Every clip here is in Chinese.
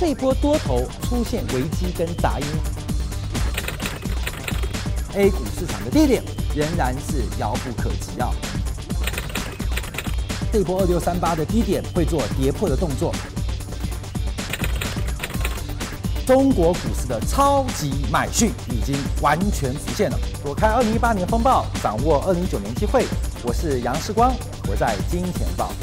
这一波多头出现危机跟杂音 ，A 股市场的低点仍然是遥不可及啊。这一波2638的低点会做跌破的动作。中国股市的超级买讯已经完全浮现了。躲开2018年风暴，掌握2019年机会。我是杨世光，我在金钱报。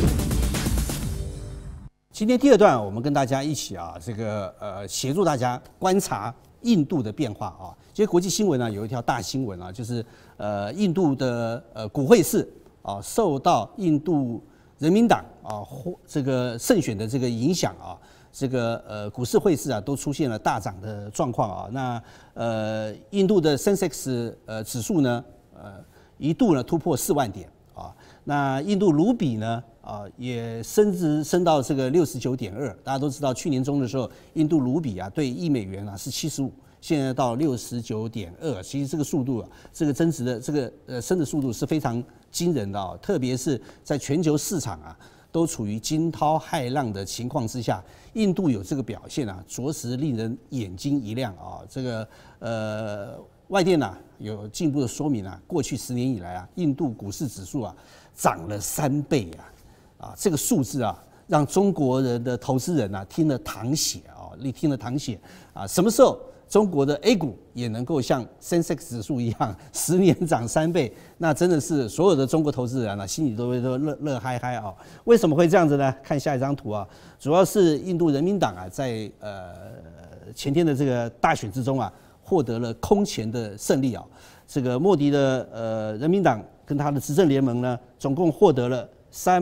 今天第二段，我们跟大家一起协助大家观察印度的变化啊。其实国际新闻呢有一条大新闻啊，就是印度的股汇市啊受到印度人民党啊这个胜选的这个影响啊。这个股市汇市啊都出现了大涨的状况啊。那印度的 Sensex 指数呢一度呢突破4万点啊。那印度卢比呢也升到这个69.2。大家都知道去年中的时候，印度卢比啊对1美元啊是75，现在到69.2。其实这个速度啊，这个增值的这个升的速度是非常惊人的啊。特别是在全球市场啊都处于惊涛骇浪的情况之下，印度有这个表现啊，着实令人眼睛一亮啊。这个外电啊有进一步的说明啊，过去10年以来啊，印度股市指数啊涨了3倍啊，这个数字啊让中国人的投资人啊听了淌血啊，什么时候中国的 A 股也能够像 Sensex 指数一样10年涨3倍，那真的是所有的中国投资人啊心里都乐嗨嗨啊！为什么会这样子呢？看下一张图啊，主要是印度人民党啊在前天的这个大选之中啊获得了空前的胜利啊。这个莫迪的人民党跟他的执政联盟呢，总共获得了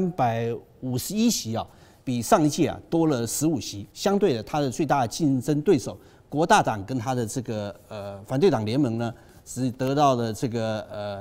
351席啊，比上一届啊多了15席。相对的，他的最大的竞争对手国大党跟他的这个反对党联盟呢，只得到了这个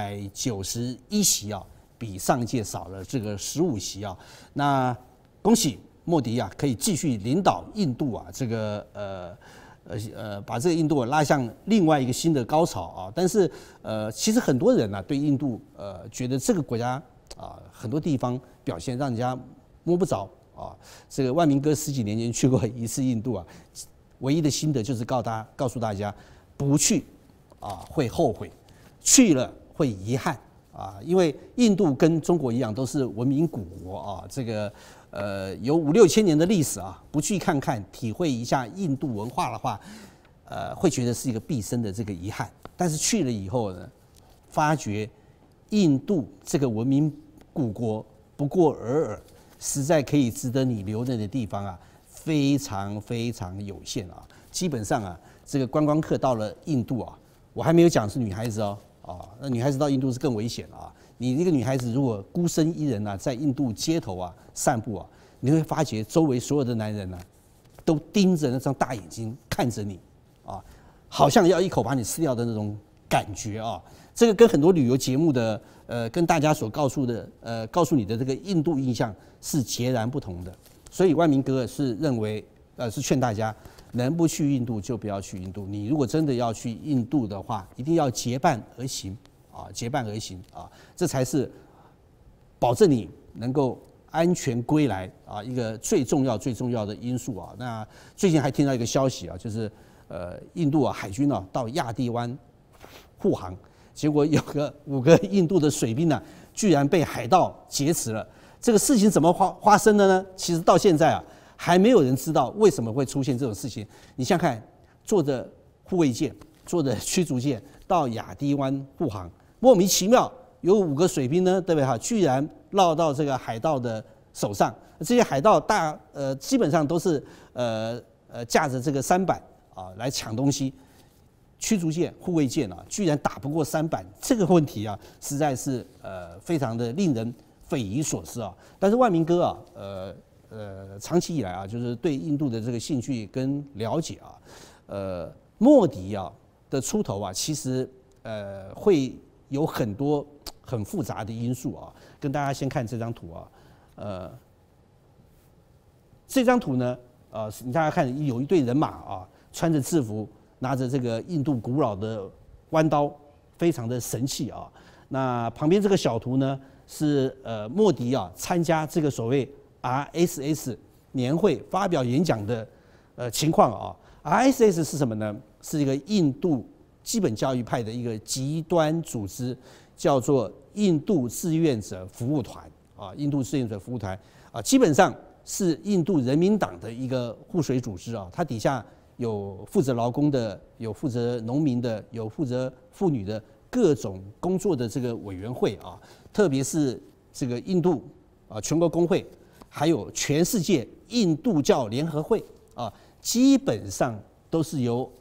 191席啊，比上一届少了这个15席啊。那恭喜莫迪啊，可以继续领导印度啊，这个把这个印度拉向另外一个新的高潮啊。但是其实很多人啊对印度觉得这个国家啊很多地方表现让人家摸不着啊。这个万明哥10几年前去过一次印度啊。唯一的心得就是告诉大家，不去啊会后悔，去了会遗憾啊。因为印度跟中国一样，都是文明古国啊，这个有5、6千年的历史啊，不去看看，体会一下印度文化的话，会觉得是一个毕生的这个遗憾。但是去了以后呢，发觉印度这个文明古国不过尔尔，实在可以值得你留恋的地方啊。非常非常有限啊！基本上啊，这个观光客到了印度啊，我还没有讲是女孩子哦，那女孩子到印度是更危险啊！你一个女孩子如果孤身一人啊，在印度街头啊散步啊，你会发觉周围所有的男人呢，都盯着那张大眼睛看着你啊，好像要一口把你吃掉的那种感觉啊！这个跟很多旅游节目的跟大家所告诉你的这个印度印象是截然不同的。所以万明哥是认为，是劝大家能不去印度就不要去印度。你如果真的要去印度的话，一定要结伴而行啊，结伴而行啊，这才是保证你能够安全归来啊一个最重要的因素啊。那最近还听到一个消息啊，就是印度啊海军啊到亚丁湾护航，结果有5个印度的水兵呢，居然被海盗劫持了。这个事情怎么发生的呢？其实到现在啊，还没有人知道为什么会出现这种事情。你想想看，坐着护卫舰、坐着驱逐舰到亚丁湾护航，莫名其妙有5个水兵呢，对不对哈？居然落到这个海盗的手上。这些海盗基本上都是架着这个舢板啊来抢东西。驱逐舰、护卫舰啊，居然打不过舢板，这个问题啊，实在是非常的令人匪夷所思啊！但是万明哥啊，长期以来啊，就是对印度的这个兴趣跟了解啊，莫迪啊的出头啊，其实会有很多很复杂的因素啊。跟大家先看这张图啊，这张图呢，你大家看有一队人马啊，穿着制服，拿着这个印度古老的弯刀，非常的神气啊。那旁边这个小图呢？是莫迪啊参加这个所谓 RSS 年会发表演讲的情况啊。RSS 是什么呢？是一个印度基本教义派的一个极端组织，叫做印度志愿者服务团啊。印度志愿者服务团啊，基本上是印度人民党的一个互水组织啊。它底下有负责劳工的，有负责农民的，有负责妇女的各种工作的这个委员会啊。特别是这个印度啊全国工会，还有全世界印度教联合会啊。基本上都是由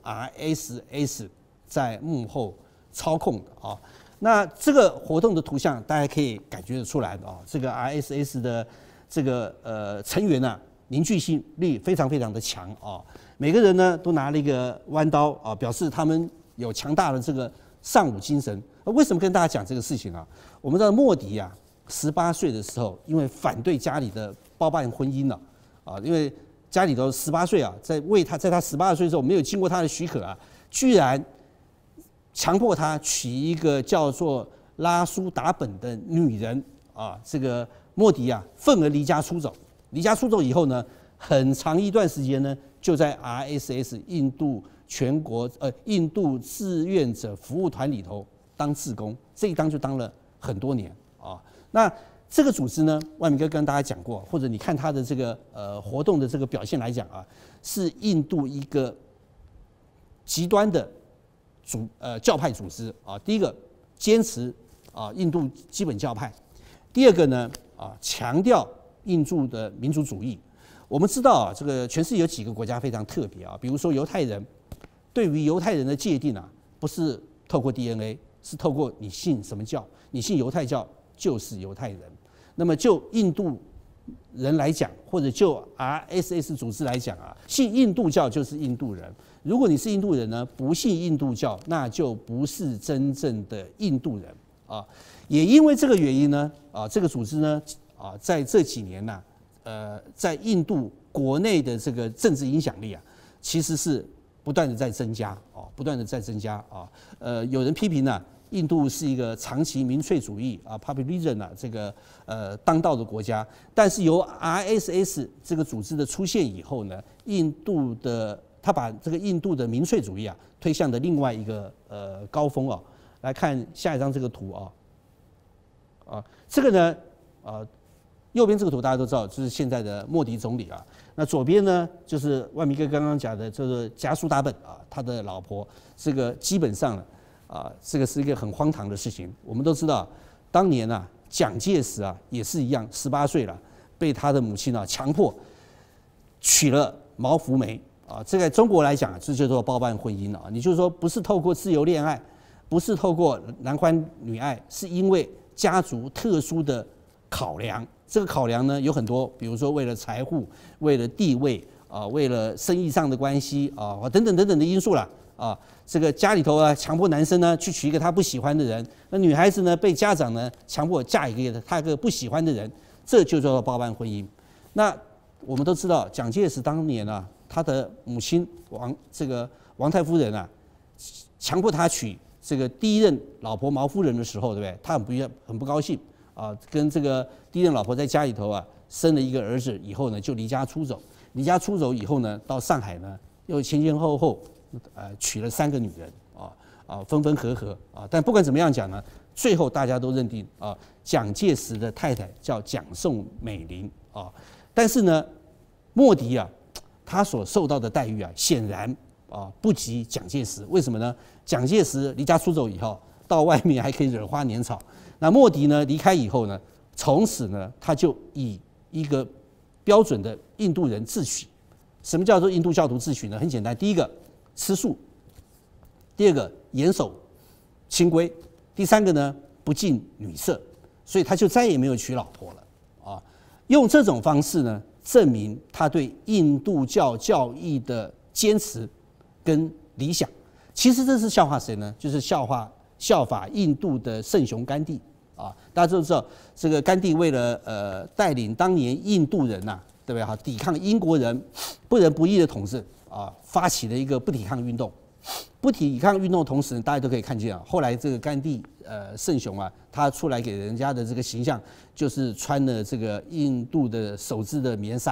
RSS 在幕后操控的啊。那这个活动的图像，大家可以感觉得出来的啊。这个 RSS 的这个成员啊，凝聚性力非常非常的强啊。每个人呢都拿了一个弯刀啊，表示他们有强大的这个尚武精神。为什么跟大家讲这个事情啊？我们知道莫迪啊，18岁的时候，因为反对家里的包办婚姻了啊，因为家里头18岁啊，在他18岁的时候没有经过他的许可啊，居然强迫他娶一个叫做拉苏达本的女人啊。这个莫迪啊，愤而离家出走。离家出走以后呢，很长一段时间呢，就在 RSS 印度全国印度志愿者服务团里头当志工，这一当就当了很多年啊。那这个组织呢，万明哥跟大家讲过，或者你看他的这个活动的这个表现来讲啊，是印度一个极端的教派组织啊。第一个坚持啊印度基本教派，第二个呢啊强调印度的民族主义。我们知道啊，这个全世界有几个国家非常特别啊，比如说犹太人，对于犹太人的界定啊，不是透过 DNA， 是透过你信什么教，你信犹太教就是犹太人。那么就印度人来讲，或者就 RSS 组织来讲啊，信印度教就是印度人。如果你是印度人呢，不信印度教，那就不是真正的印度人啊。也因为这个原因呢，啊，这个组织呢，啊，在这几年呢，在印度国内的这个政治影响力啊，其实是不断的在增加啊，不断的在增加啊。有人批评呢，印度是一个长期民粹主义啊 populism 啊这个当道的国家，但是由 RSS 这个组织的出现以后呢，他把这个印度的民粹主义啊推向了另外一个高峰啊。来看下一张这个图啊，这个呢右边这个图大家都知道，就是现在的莫迪总理啊。那左边呢，就是万明哥刚刚讲的，就是加苏达本啊，他的老婆。这个基本上啊，这个是一个很荒唐的事情。我们都知道，当年啊，蒋介石啊也是一样，18岁了，被他的母亲啊强迫娶了毛福梅啊。这在中国来讲，这叫做包办婚姻啊。你就是说，不是透过自由恋爱，不是透过男欢女爱，是因为家族特殊的考量。这个考量呢有很多，比如说为了财富、为了地位啊、为了生意上的关系啊等等等等的因素啦啊。这个家里头啊强迫男生呢去娶一个他不喜欢的人，那女孩子呢被家长呢强迫嫁一个他不喜欢的人，这就叫做包办婚姻。那我们都知道，蒋介石当年啊，他的母亲王太夫人啊，强迫他娶这个第一任老婆毛夫人的时候，对不对？他很不高兴。啊，跟这个第一任老婆在家里头啊生了一个儿子以后呢，就离家出走。离家出走以后呢，到上海呢又前后娶了3个女人分分合合啊。但不管怎么样讲呢，最后大家都认定啊，蒋介石的太太叫蒋宋美龄啊。但是呢，莫迪啊，他所受到的待遇啊，显然啊不及蒋介石。为什么呢？蒋介石离家出走以后，到外面还可以惹花撵草。那莫迪呢离开以后呢，从此呢他就以一个标准的印度人自诩。什么叫做印度教徒自诩呢？很简单，第一个吃素，第二个严守清规，第三个呢不近女色，所以他就再也没有娶老婆了啊。用这种方式呢，证明他对印度教教义的坚持跟理想。其实这是笑话谁呢？就是效法印度的圣雄甘地啊。大家都知道，这个甘地为了带领当年印度人呐，对不对？哈，抵抗英国人不仁不义的统治啊，发起了一个不抵抗运动。不抵抗运动的同时，大家都可以看见啊，后来这个甘地圣雄啊，他出来给人家的这个形象就是穿了这个印度的手织的棉纱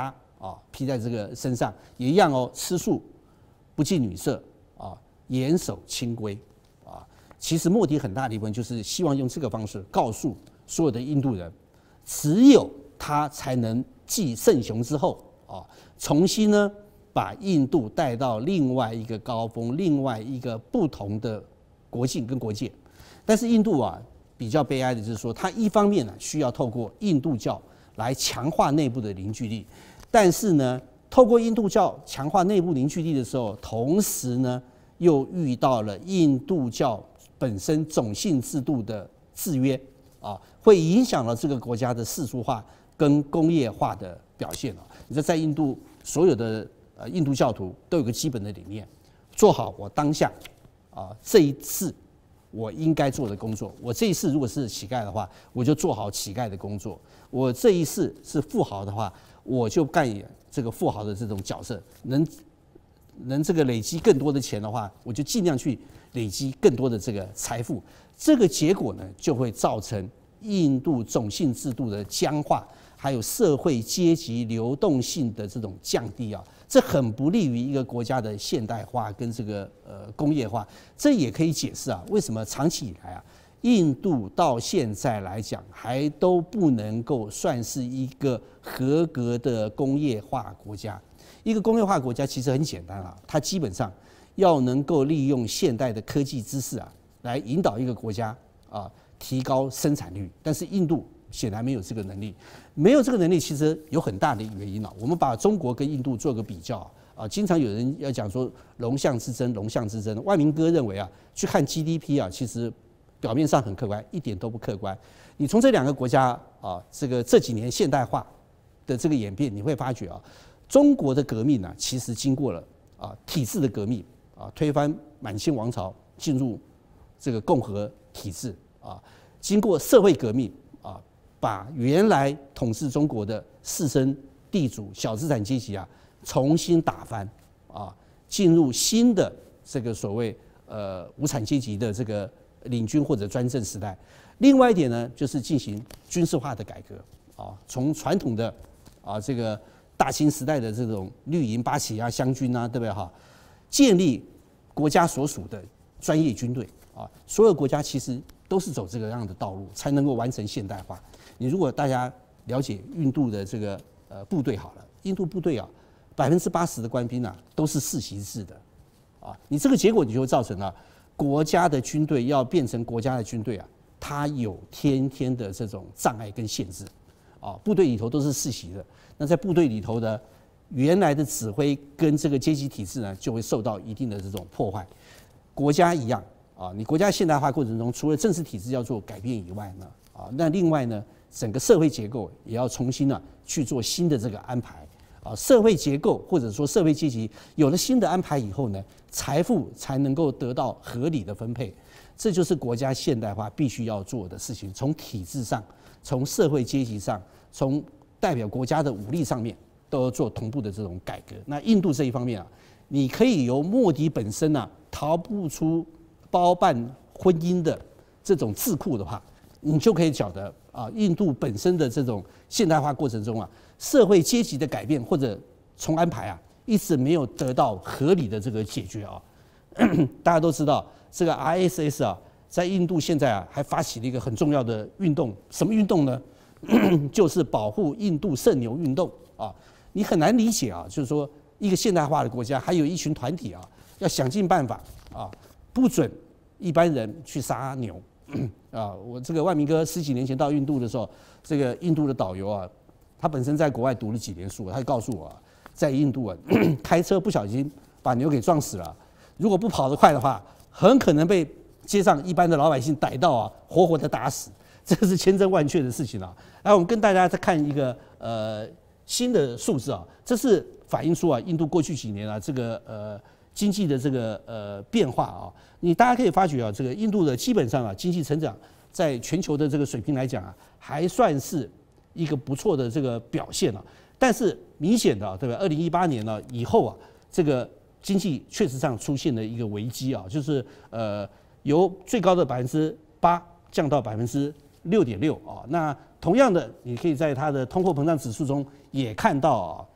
披在这个身上，也一样哦，吃素，不近女色啊，严守清规啊。其实目的很大的一部分就是希望用这个方式告诉所有的印度人，只有他才能继圣雄之后啊，重新呢把印度带到另外一个高峰，另外一个不同的国境跟国界。但是印度啊，比较悲哀的就是说，它一方面呢需要透过印度教来强化内部的凝聚力，但是呢，透过印度教强化内部凝聚力的时候，同时呢又遇到了印度教本身种姓制度的制约啊，会影响了这个国家的世俗化跟工业化的表现啊。你说在印度所有的印度教徒都有个基本的理念，做好我当下这一次我应该做的工作。我这一世如果是乞丐的话，我就做好乞丐的工作；我这一世是富豪的话，我就扮演这个富豪的这种角色。能这个累积更多的钱的话，我就尽量去累积更多的这个财富。这个结果呢，就会造成印度种姓制度的僵化，还有社会阶级流动性的这种降低啊。这很不利于一个国家的现代化跟这个工业化。这也可以解释啊，为什么长期以来啊，印度到现在来讲还都不能够算是一个合格的工业化国家。一个工业化国家其实很简单啊，它基本上要能够利用现代的科技知识啊，来引导一个国家提高生产率。但是印度显然没有这个能力，没有这个能力，其实有很大的原因啊。我们把中国跟印度做个比较啊，经常有人要讲说龙象之争，龙象之争。万明哥认为啊，去看 GDP 啊，其实表面上很客观，一点都不客观。你从这两个国家啊，这几年现代化的这个演变，你会发觉啊，中国的革命啊，其实经过了体制的革命啊，推翻满清王朝，进入这个共和体制啊，经过社会革命啊，把原来统治中国的士绅、地主、小资产阶级啊，重新打翻啊，进入新的这个所谓无产阶级的这个领军或者专政时代。另外一点呢，就是进行军事化的改革啊，从传统的这个大清时代的这种绿营八旗啊、湘军啊，对不对哈？建立国家所属的专业军队啊，所有国家其实都是走这个样的道路，才能够完成现代化。你如果大家了解印度的这个部队好了，印度部队啊，80%的官兵啊都是世袭制的啊，你这个结果你就会造成了国家的军队要变成国家的军队啊，它有天天的这种障碍跟限制啊，部队里头都是世袭的。那在部队里头的原来的指挥跟这个阶级体制呢，就会受到一定的这种破坏。国家一样啊，你国家现代化过程中，除了政治体制要做改变以外呢，那另外呢，整个社会结构也要重新去做新的这个安排啊。社会结构或者说社会阶级有了新的安排以后呢，财富才能够得到合理的分配。这就是国家现代化必须要做的事情，从体制上，从社会阶级上，从代表国家的武力上面都要做同步的这种改革。那印度这一方面啊，你可以由莫迪本身逃不出包办婚姻的这种桎梏的话，你就可以晓得印度本身的这种现代化过程中社会阶级的改变或者重安排一直没有得到合理的这个解决大家都知道这个 RSS 在印度现在还发起了一个很重要的运动，什么运动呢？就是保护印度圣牛运动你很难理解就是说一个现代化的国家，还有一群团体要想尽办法不准一般人去杀牛我这个万明哥10几年前到印度的时候，这个印度的导游他本身在国外读了几年书，他就告诉我在印度开车不小心把牛给撞死了，如果不跑得快的话，很可能被街上一般的老百姓逮到活活的打死。这是千真万确的事情来，我们跟大家再看一个新的数字这是反映出印度过去几年这个经济的这个变化大家可以发觉这个印度的基本上经济成长在全球的这个水平来讲还算是一个不错的这个表现但是明显的对吧？2018年以后这个经济确实上出现了一个危机就是由最高的8%降到6.6%那同样的，你可以在它的通货膨胀指数中也看到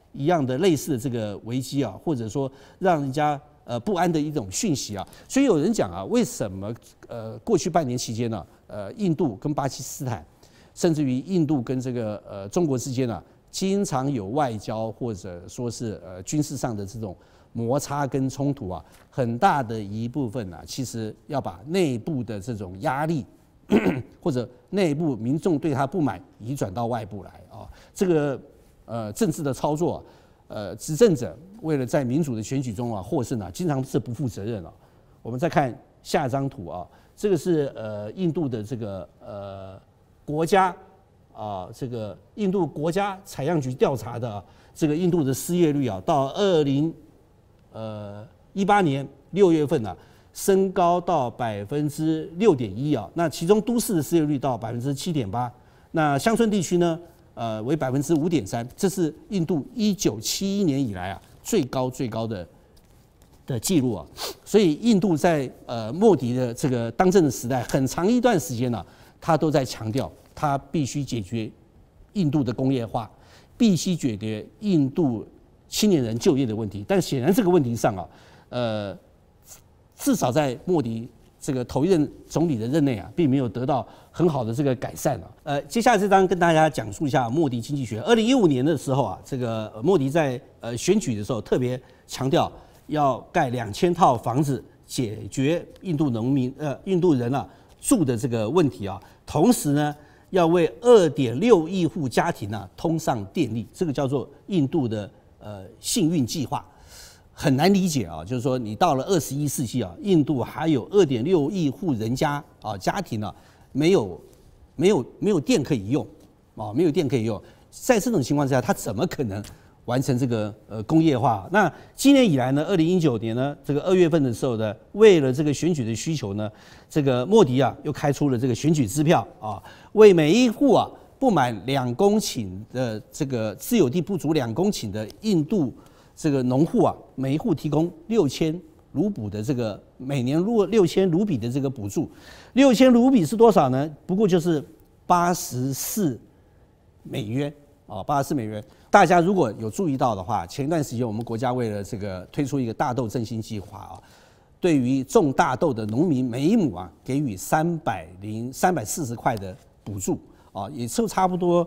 一样的类似的这个危机啊，或者说让人家不安的一种讯息啊。所以有人讲啊，为什么过去半年期间呢，印度跟巴基斯坦，甚至于印度跟这个中国之间呢，经常有外交或者说是军事上的这种摩擦跟冲突啊，很大的一部分啊，其实要把内部的这种压力或者内部民众对他不满移转到外部来啊。这个政治的操作，执政者为了在民主的选举中啊获胜啊，经常是不负责任啊。我们再看下一张图啊，这个是印度的这个国家啊，这个印度国家采样局调查的这个印度的失业率啊，到2018年6月份啊，升高到6.1%啊。那其中都市的失业率到7.8%，那乡村地区呢，为5.3%，这是印度1971年以来啊最高的记录啊。所以印度在莫迪的这个当政的时代，很长一段时间呢，他都在强调，他必须解决印度的工业化，必须解决印度青年人就业的问题。但显然这个问题上啊，至少在莫迪这个头一任总理的任内啊，并没有得到很好的这个改善啊。接下来这张跟大家讲述一下莫迪经济学。2015年的时候啊，这个莫迪在选举的时候特别强调要盖2000套房子，解决印度人啊住的这个问题啊。同时呢，要为2.6亿户家庭啊通上电力，这个叫做印度的幸运计划。很难理解啊，就是说你到了21世纪啊，印度还有2.6亿户人家啊家庭啊没有电可以用啊，没有电可以用。在这种情况之下，他怎么可能完成这个工业化？那今年以来呢，2019年呢，这个2月份的时候呢，为了这个选举的需求呢，这个莫迪啊又开出了这个选举支票啊，为每一户啊不满2公顷的这个自有地不足2公顷的印度这个农户啊，每一户提供6000卢比的这个每年6000卢比的这个补助。6000卢比是多少呢？不过就是84美元啊，84美元。大家如果有注意到的话，前一段时间我们国家为了这个推出一个大豆振兴计划啊，对于种大豆的农民每一亩啊给予340块的补助啊，也就差不多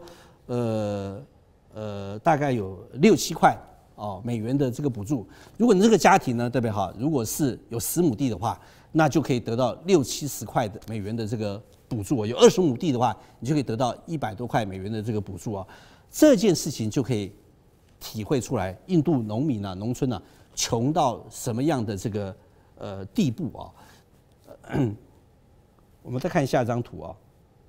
大概有6、7块美元的这个补助。如果你这个家庭呢，对不对哈？如果是有10亩地的话，那就可以得到60、70块的美元的这个补助。有20亩地的话，你就可以得到100多块美元的这个补助啊。这件事情就可以体会出来，印度农民啊、农村啊，穷到什么样的这个地步啊？我们再看下一张图啊。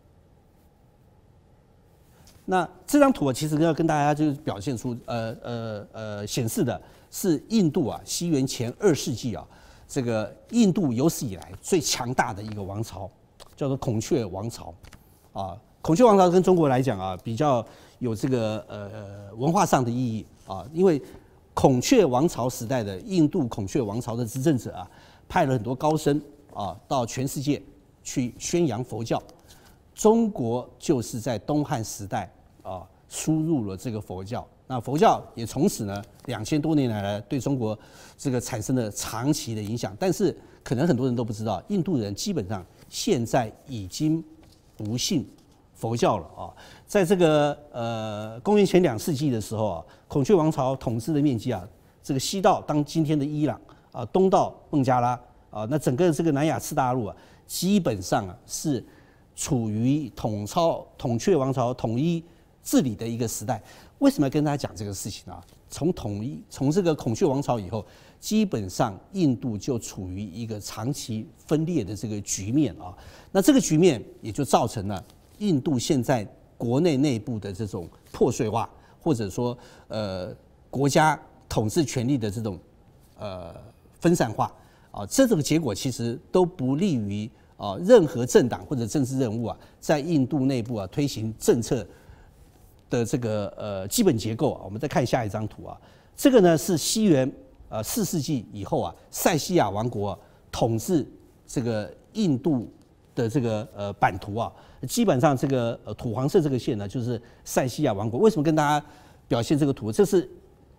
那这张图啊，其实要跟大家就是表现出显示的是印度啊，西元前2世纪啊，这个印度有史以来最强大的一个王朝，叫做孔雀王朝啊。孔雀王朝跟中国来讲啊，比较有这个文化上的意义啊，因为孔雀王朝时代的印度孔雀王朝的执政者啊，派了很多高僧啊到全世界去宣扬佛教。中国就是在东汉时代啊输入了这个佛教，那佛教也从此呢2000多年来对中国这个产生了长期的影响。但是可能很多人都不知道，印度人基本上现在已经不信佛教了啊。在这个公元前2世纪的时候啊，孔雀王朝统治的面积啊，这个西到当今天的伊朗啊，东到孟加拉啊，那整个这个南亚次大陆啊，基本上啊是处于统雀王朝统一治理的一个时代。为什么要跟大家讲这个事情啊？从这个孔雀王朝以后，基本上印度就处于一个长期分裂的这个局面啊。那这个局面也就造成了印度现在国内部的这种破碎化，或者说国家统治权力的这种分散化啊，这种结果其实都不利于任何政党或者政治人物啊，在印度内部啊推行政策的这个基本结构啊。我们再看下一张图啊，这个呢是西元4世纪以后啊，塞西亚王国统治这个印度的这个版图啊，基本上这个土黄色这个线呢，就是塞西亚王国。为什么跟大家表现这个图？这是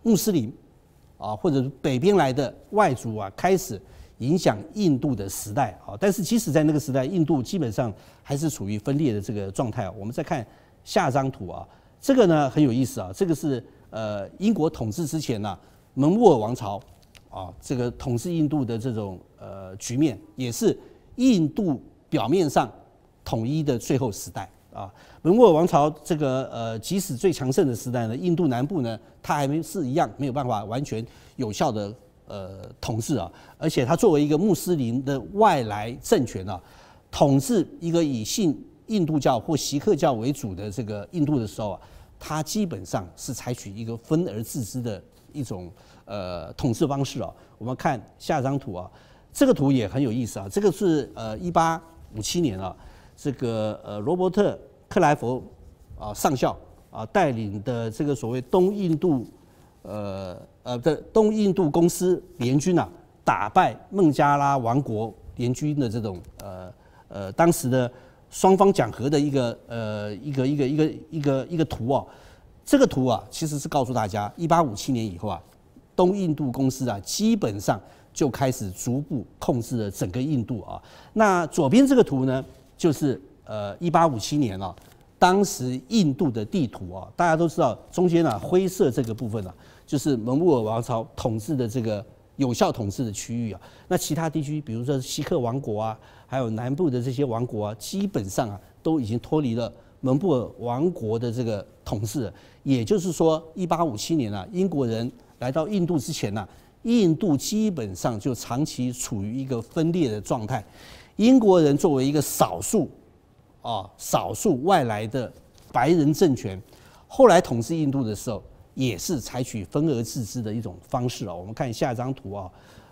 穆斯林啊，或者北边来的外族啊，开始影响印度的时代啊。但是即使在那个时代，印度基本上还是处于分裂的这个状态。我们再看下张图啊，这个呢很有意思啊，这个是英国统治之前呢，蒙兀尔王朝啊，这个统治印度的这种局面，也是印度表面上统一的最后时代啊。蒙兀尔王朝这个即使最强盛的时代呢，印度南部呢，它还是一样没有办法完全有效的统治啊。而且它作为一个穆斯林的外来政权啊，统治一个以信印度教或锡克教为主的这个印度的时候啊，它基本上是采取一个分而治之的一种统治方式啊。我们看下张图啊，这个图也很有意思啊。这个是1857年啊，这个罗伯特克莱佛啊上校啊带领的这个所谓东印度公司联军啊，打败孟加拉王国联军的这种当时的双方讲和的一个图啊。这个图啊，其实是告诉大家，1857年以后啊，东印度公司啊，基本上就开始逐步控制了整个印度啊。那左边这个图呢，就是1857年啊，当时印度的地图啊，大家都知道，中间啊灰色这个部分啊，就是蒙兀尔王朝统治的这个有效统治的区域啊。那其他地区，比如说锡克王国啊，还有南部的这些王国啊，基本上啊都已经脱离了蒙兀尔王国的这个统治了。也就是说，1857年啊，英国人来到印度之前呢，印度基本上就长期处于一个分裂的状态。英国人作为一个少数外来的白人政权，后来统治印度的时候，也是采取分而治之的一种方式啊。我们看下一张图啊，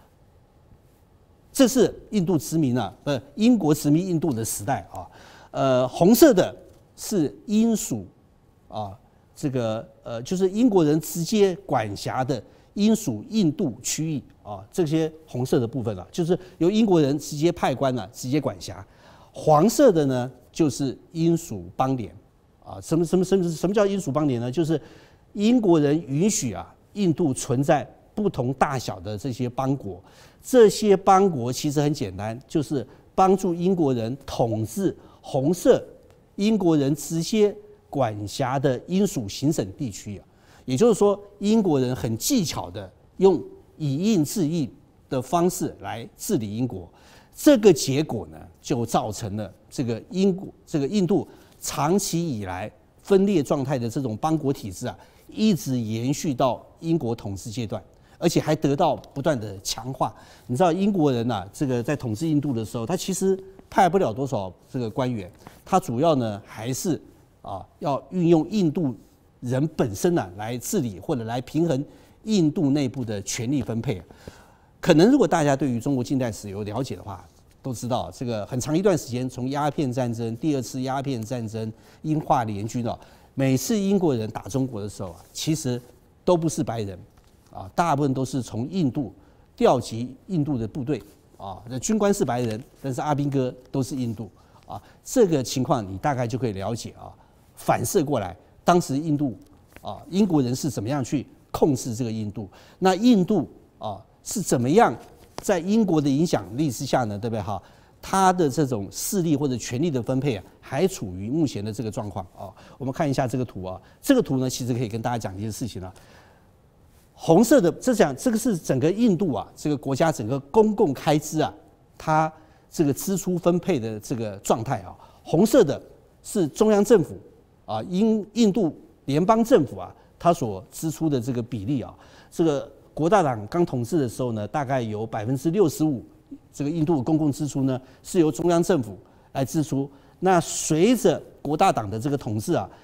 这是印度殖民啊，英国殖民印度的时代啊。红色的是英属啊，这个就是英国人直接管辖的英属印度区域啊，这些红色的部分啊，就是由英国人直接派官啊，直接管辖。黄色的呢，就是英属邦联啊。什么叫英属邦联呢？就是英国人允许啊，印度存在不同大小的这些邦国。这些邦国其实很简单，就是帮助英国人统治红色英国人直接管辖的英属行省地区啊。也就是说，英国人很技巧的用以印制印的方式来治理英国。这个结果呢，就造成了这个印度长期以来分裂状态的这种邦国体制啊，一直延续到英国统治阶段，而且还得到不断的强化。你知道英国人啊，这个在统治印度的时候，他其实派不了多少这个官员，他主要呢还是要运用印度人本身呢来治理或者来平衡印度内部的权力分配。可能如果大家对于中国近代史有了解的话，都知道这个很长一段时间，从鸦片战争、第二次鸦片战争、英化联军每次英国人打中国的时候啊，其实都不是白人啊，大部分都是从印度调集印度的部队啊，军官是白人，但是阿兵哥都是印度啊。这个情况你大概就可以了解啊，反射过来，当时印度英国人是怎么样去控制这个印度，那印度是怎么样在英国的影响力之下呢？对不对哈？它的这种势力或者权力的分配啊，还处于目前的这个状况啊。我们看一下这个图啊，这个图呢，其实可以跟大家讲一件事情啊。红色的这个是整个印度啊，这个国家整个公共开支啊，它这个支出分配的这个状态啊。红色的是中央政府啊，印度联邦政府啊，它所支出的这个比例啊，这个。国大党刚统治的时候呢，大概有65%，这个印度的公共支出呢是由中央政府来支出。那随着国大党的这个统治啊，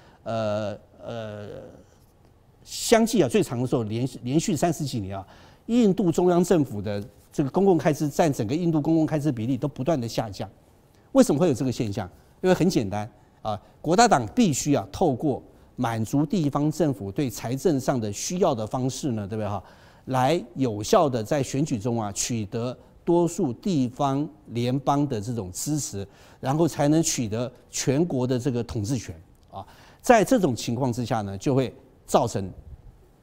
相继啊最长的时候连续30几年啊，印度中央政府的这个公共开支占整个印度公共开支比例都不断的下降。为什么会有这个现象？因为很简单啊，国大党必须啊透过满足地方政府对财政上的需要的方式呢，对不对哈？来有效的在选举中啊取得多数地方联邦的这种支持，然后才能取得全国的这个统治权啊。在这种情况之下呢，就会造成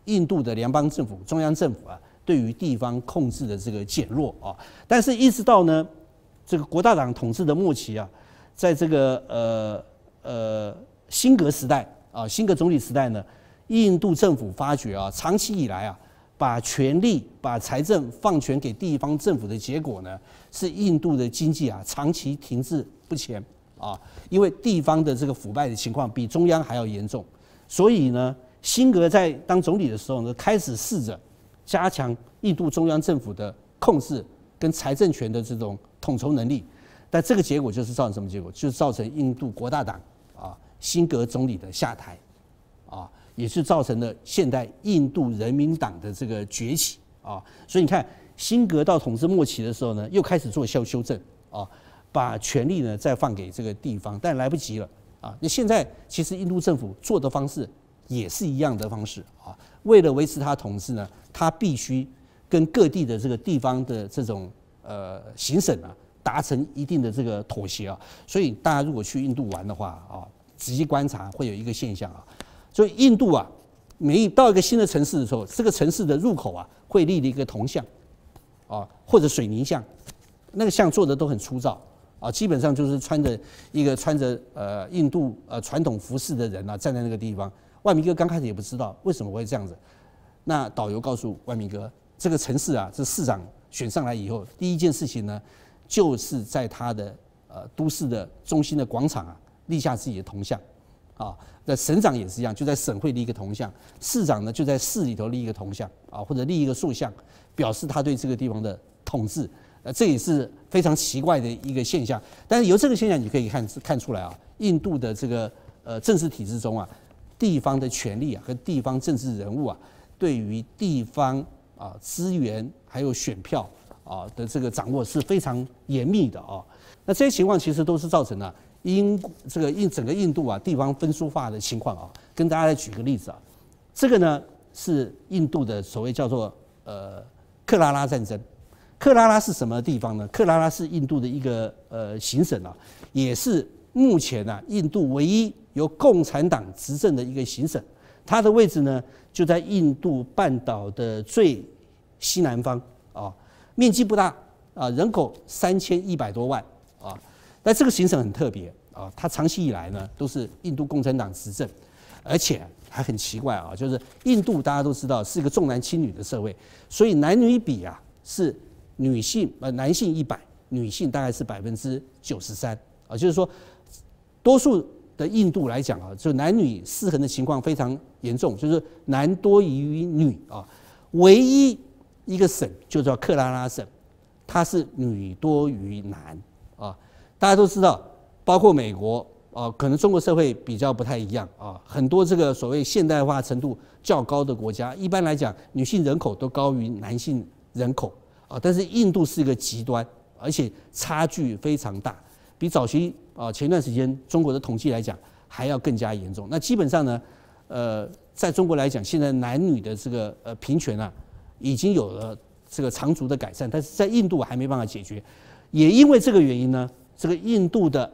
印度的联邦政府、中央政府啊，对于地方控制的这个减弱啊。但是，一直到呢这个国大党统治的末期啊，在这个辛格时代啊，辛格总理时代呢，印度政府发觉啊，长期以来啊，把权力、把财政放权给地方政府的结果呢，是印度的经济啊长期停滞不前啊，因为地方的这个腐败的情况比中央还要严重，所以呢，辛格在当总理的时候呢，开始试着加强印度中央政府的控制跟财政权的这种统筹能力，但这个结果就是造成什么结果？就是造成印度国大党啊辛格总理的下台啊，也是造成了现代印度人民党的这个崛起啊。所以你看，辛格到统治末期的时候呢，又开始做修正啊，把权力呢再放给这个地方，但来不及了啊。那现在其实印度政府做的方式也是一样的方式啊，为了维持他统治呢，他必须跟各地的这个地方的这种行省啊达成一定的这个妥协啊。所以大家如果去印度玩的话啊，仔细观察会有一个现象啊，所以印度啊，每到一个新的城市的时候，这个城市的入口啊会立了一个铜像啊，或者水泥像，那个像做的都很粗糙啊，基本上就是穿着印度传统服饰的人啊站在那个地方。万明哥刚开始也不知道为什么会这样子，那导游告诉万明哥，这个城市啊，这市长选上来以后，第一件事情呢，就是在他的都市的中心的广场啊立下自己的铜像啊。那省长也是一样，就在省会立一个铜像；市长呢就在市里头立一个铜像啊，或者立一个塑像，表示他对这个地方的统治。这也是非常奇怪的一个现象。但是由这个现象你可以看出来啊，印度的这个政治体制中啊，地方的权力啊和地方政治人物啊，对于地方啊资源还有选票啊的这个掌握是非常严密的啊。那这些情况其实都是造成了整个印度啊地方分疏化的情况啊。跟大家来举个例子啊，这个呢是印度的所谓叫做克拉拉战争。克拉拉是什么地方呢？克拉拉是印度的一个行省啊，也是目前啊印度唯一由共产党执政的一个行省。它的位置呢就在印度半岛的最西南方啊，面积不大啊，人口3100多万啊。但这个行省很特别啊，它长期以来呢都是印度共产党执政，而且还很奇怪啊，就是印度大家都知道是一个重男轻女的社会，所以男女比啊是男性100，女性大概是93%啊，就是说多数的印度来讲啊，就男女失衡的情况非常严重，就是男多于女啊。唯一一个省就叫克拉拉省，它是女多于男啊。大家都知道，包括美国啊，可能中国社会比较不太一样啊，很多这个所谓现代化程度较高的国家，一般来讲女性人口都高于男性人口。啊，但是印度是一个极端，而且差距非常大，比早期前段时间中国的统计来讲还要更加严重。那基本上呢，在中国来讲，现在男女的这个平权啊，已经有了这个长足的改善，但是在印度还没办法解决。也因为这个原因呢，这个印度的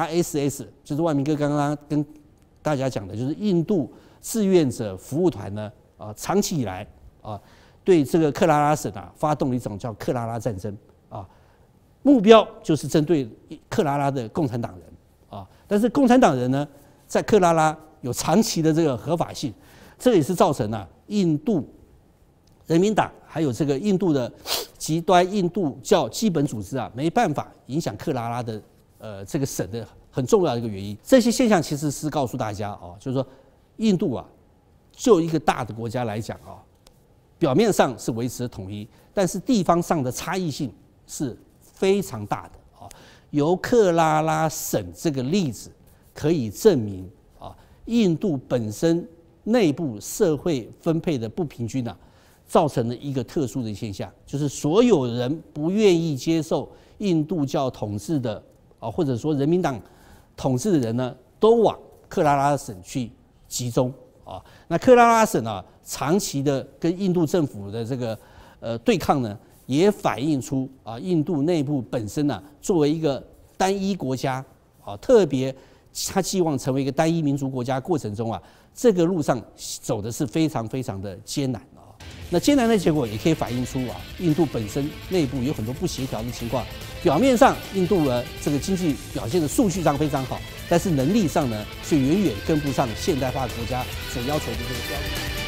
RSS 就是万明哥刚刚跟大家讲的，就是印度志愿者服务团呢，长期以来啊。对这个克拉拉省啊，发动了一种叫克拉拉战争啊，目标就是针对克拉拉的共产党人啊。但是共产党人呢，在克拉拉有长期的这个合法性，这也是造成了印度人民党还有这个印度的极端印度教基本组织啊，没办法影响克拉拉的这个省的很重要的一个原因。这些现象其实是告诉大家啊，就是说印度啊，就一个大的国家来讲啊。表面上是维持统一，但是地方上的差异性是非常大的啊。由克拉拉省这个例子可以证明啊，印度本身内部社会分配的不平均啊，造成了一个特殊的现象，就是所有人不愿意接受印度教统治的啊，或者说人民党统治的人呢，都往克拉拉省去集中啊。那克拉拉省啊，长期的跟印度政府的这个对抗呢，也反映出啊，印度内部本身呢，作为一个单一国家啊，特别他希望成为一个单一民族国家过程中啊， 这个路上走的是非常非常的艰难啊。那艰难的结果也可以反映出啊，印度本身内部有很多不协调的情况。表面上印度的这个经济表现的数据上非常好，但是能力上呢，却远远跟不上现代化国家所要求的这个标准。